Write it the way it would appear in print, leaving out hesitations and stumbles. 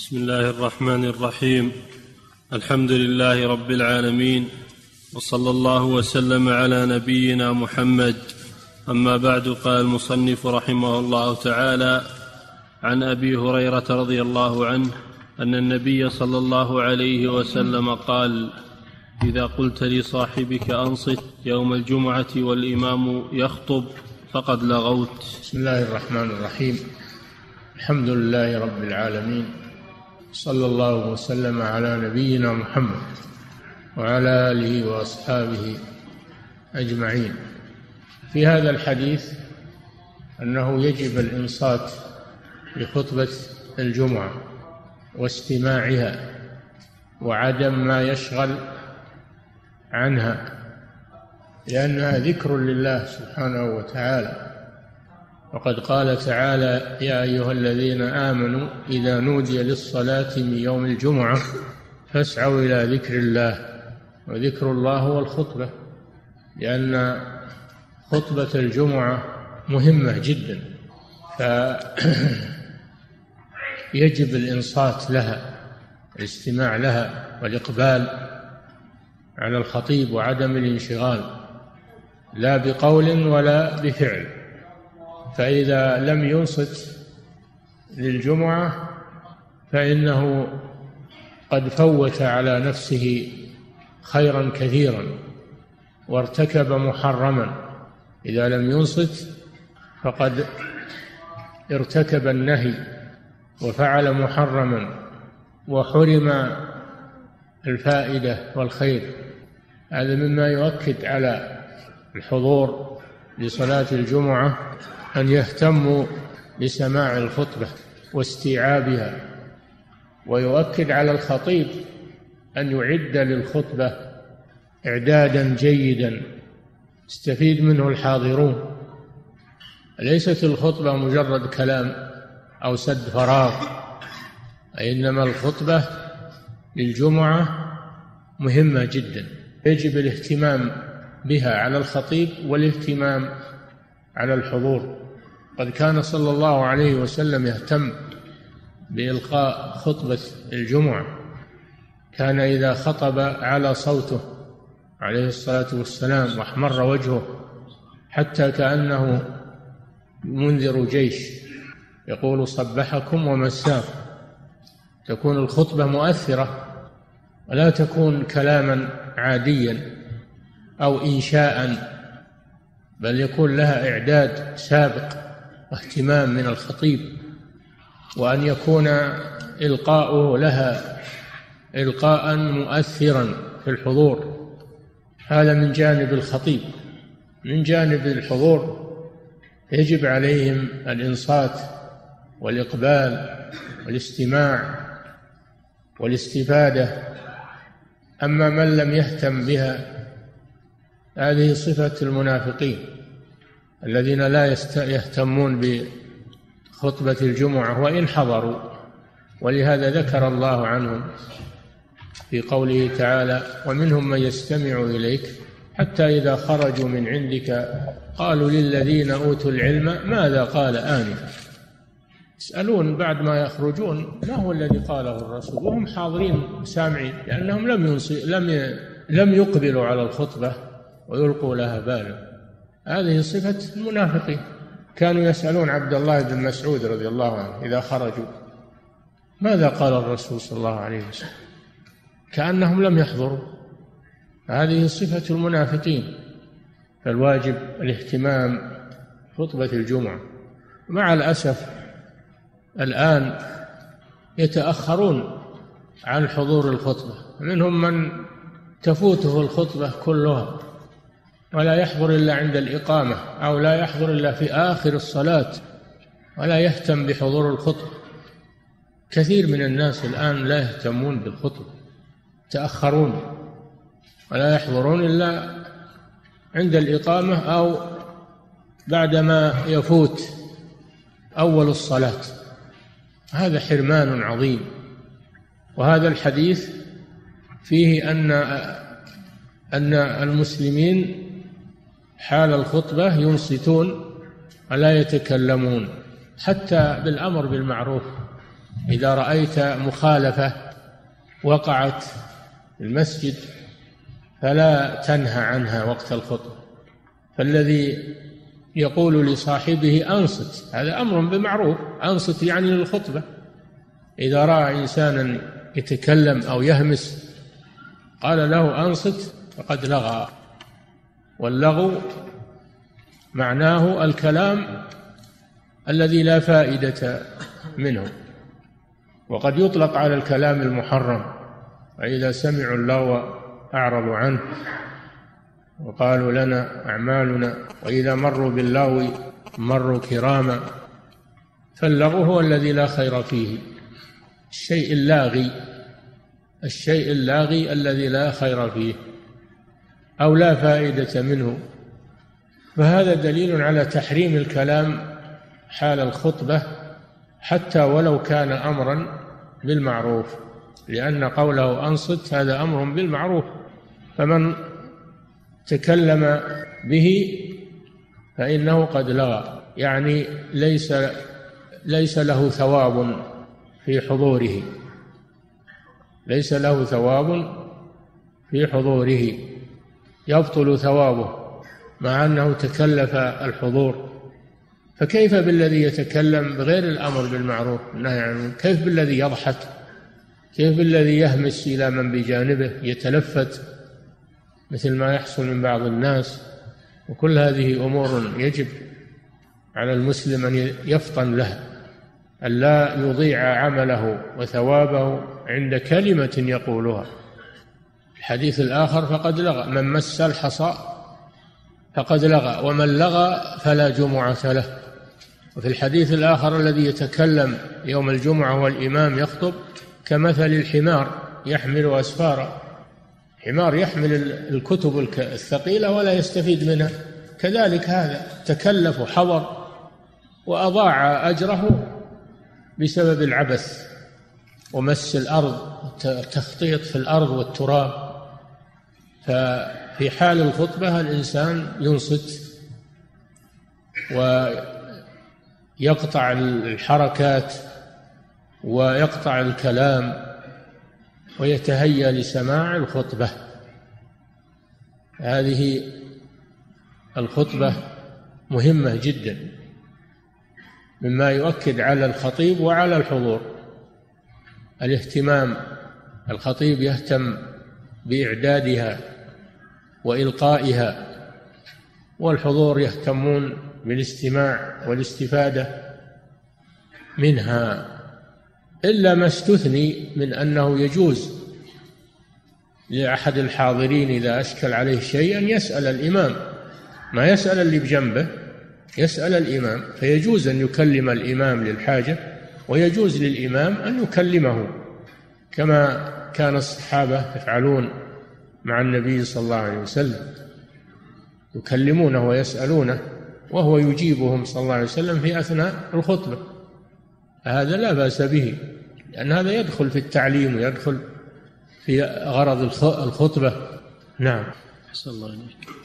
بسم الله الرحمن الرحيم. الحمد لله رب العالمين، وصلى الله وسلم على نبينا محمد. أما بعد، قال المصنف رحمه الله تعالى: عن أبي هريرة رضي الله عنه أن النبي صلى الله عليه وسلم قال: إذا قلت لصاحبك أنصت يوم الجمعة والإمام يخطب فقد لغوت. بسم الله الرحمن الرحيم. الحمد لله رب العالمين، صلى الله وسلم على نبينا محمد وعلى آله وأصحابه أجمعين. في هذا الحديث أنه يجب الإنصات لخطبة الجمعة واستماعها وعدم ما يشغل عنها، لأنها ذكر لله سبحانه وتعالى. وقد قال تعالى: يا أيها الذين آمنوا إذا نودي للصلاة من يوم الجمعة فاسعوا إلى ذكر الله. وذكر الله هو الخطبة، لأن خطبة الجمعة مهمة جدا، فيجب الإنصات لها، الاستماع لها والإقبال على الخطيب وعدم الانشغال لا بقول ولا بفعل. فإذا لم ينصت للجمعة فإنه قد فوت على نفسه خيرا كثيرا وارتكب محرما. إذا لم ينصت فقد ارتكب النهي وفعل محرما وحرم الفائدة والخير. هذا مما يؤكد على الحضور لصلاة الجمعة أن يهتموا بسماع الخطبة واستيعابها، ويؤكد على الخطيب أن يعد للخطبة إعدادا جيدا يستفيد منه الحاضرون. ليست الخطبة مجرد كلام أو سد فراغ، إنما الخطبة للجمعة مهمة جدا، يجب الاهتمام بها على الخطيب والاهتمام على الحضور. قد كان صلى الله عليه وسلم يهتم بإلقاء خطبة الجمعة، كان إذا خطب على صوته عليه الصلاة والسلام واحمر وجهه حتى كأنه منذر جيش يقول: صبحكم ومساكم. تكون الخطبة مؤثرة ولا تكون كلاما عاديا أو إنشاء، بل يكون لها إعداد سابق واهتمام من الخطيب، وأن يكون إلقاؤه لها إلقاء مؤثرا في الحضور. هذا من جانب الخطيب. من جانب الحضور يجب عليهم الإنصات والإقبال والاستماع والاستفادة. أما من لم يهتم بها هذه صفة المنافقين الذين لا يهتمون بخطبة الجمعة وإن حضروا. ولهذا ذكر الله عنهم في قوله تعالى: ومنهم من يستمع إليك حتى إذا خرجوا من عندك قالوا للذين أوتوا العلم ماذا قال آنفا. يسألون بعد ما يخرجون ما هو الذي قاله الرسول وهم حاضرين سامعين، لأنهم لم يقبلوا على الخطبة ويلقوا لها بالا. هذه صفة المنافقين. كانوا يسألون عبد الله بن مسعود رضي الله عنه إذا خرجوا ماذا قال الرسول صلى الله عليه وسلم، كأنهم لم يحضروا. هذه صفة المنافقين. فالواجب الاهتمام بخطبة الجمعة. مع الأسف الآن يتأخرون عن حضور الخطبة، منهم من تفوته الخطبة كلها ولا يحضر إلا عند الإقامة، أو لا يحضر إلا في آخر الصلاة ولا يهتم بحضور الخطبة. كثير من الناس الآن لا يهتمون بالخطبة، تأخرون ولا يحضرون إلا عند الإقامة أو بعدما يفوت أول الصلاة. هذا حرمان عظيم. وهذا الحديث فيه أن المسلمين حال الخطبة ينصتون ولا يتكلمون، حتى بالأمر بالمعروف إذا رأيت مخالفة وقعت في المسجد فلا تنهى عنها وقت الخطبة. فالذي يقول لصاحبه أنصت هذا أمر بمعروف، أنصت يعني للخطبة. إذا رأى إنسانا يتكلم أو يهمس قال له أنصت فقد لغى. واللغو معناه الكلام الذي لا فائدة منه، وقد يطلق على الكلام المحرم. وإذا سمعوا اللغو أعرضوا عنه وقالوا لنا أعمالنا وإذا مروا باللغو مروا كراما. فاللغو هو الذي لا خير فيه، الشيء اللاغي الذي لا خير فيه أو لا فائدة منه. فهذا دليل على تحريم الكلام حال الخطبة حتى ولو كان أمرا بالمعروف، لأن قوله أنصت هذا أمر بالمعروف. فمن تكلم به فإنه قد لغى، يعني ليس له ثواب في حضوره، ليس له ثواب في حضوره، يبطل ثوابه مع أنه تكلف الحضور. فكيف بالذي يتكلم بغير الأمر بالمعروف والنهي عن المنكر؟ كيف بالذي يضحك؟ كيف بالذي يهمس إلى من بجانبه يتلفت مثل ما يحصل من بعض الناس؟ وكل هذه أمور يجب على المسلم أن يفطن لها، أن لا يضيع عمله وثوابه عند كلمة يقولها. الحديث الآخر فقد لغى، من مس الحصى فقد لغى، ومن لغى فلا جمعة له. وفي الحديث الآخر الذي يتكلم يوم الجمعة والإمام يخطب كمثل الحمار يحمل أسفارا. حمار يحمل الكتب الثقيلة ولا يستفيد منها، كذلك هذا تكلف وحضر وأضاع أجره بسبب العبث ومس الأرض والتخطيط في الأرض والتراب. ففي حال الخطبة الإنسان ينصت ويقطع الحركات ويقطع الكلام ويتهيأ لسماع الخطبة. هذه الخطبة مهمة جدا، مما يؤكد على الخطيب وعلى الحضور الاهتمام. الخطيب يهتم بإعدادها وإلقائها، والحضور يهتمون بالاستماع والاستفادة منها، إلا ما استثني من أنه يجوز لأحد الحاضرين إذا أشكل عليه شيء أن يسأل الإمام، ما يسأل اللي بجنبه، يسأل الإمام. فيجوز أن يكلم الإمام للحاجة، ويجوز للإمام أن يكلمه، كما كان الصحابة يفعلون مع النبي صلى الله عليه وسلم، يكلمونه ويسألونه وهو يجيبهم صلى الله عليه وسلم في أثناء الخطبة. هذا لا بأس به، لأن هذا يدخل في التعليم ويدخل في غرض الخطبة. نعم. أحسن الله إليك.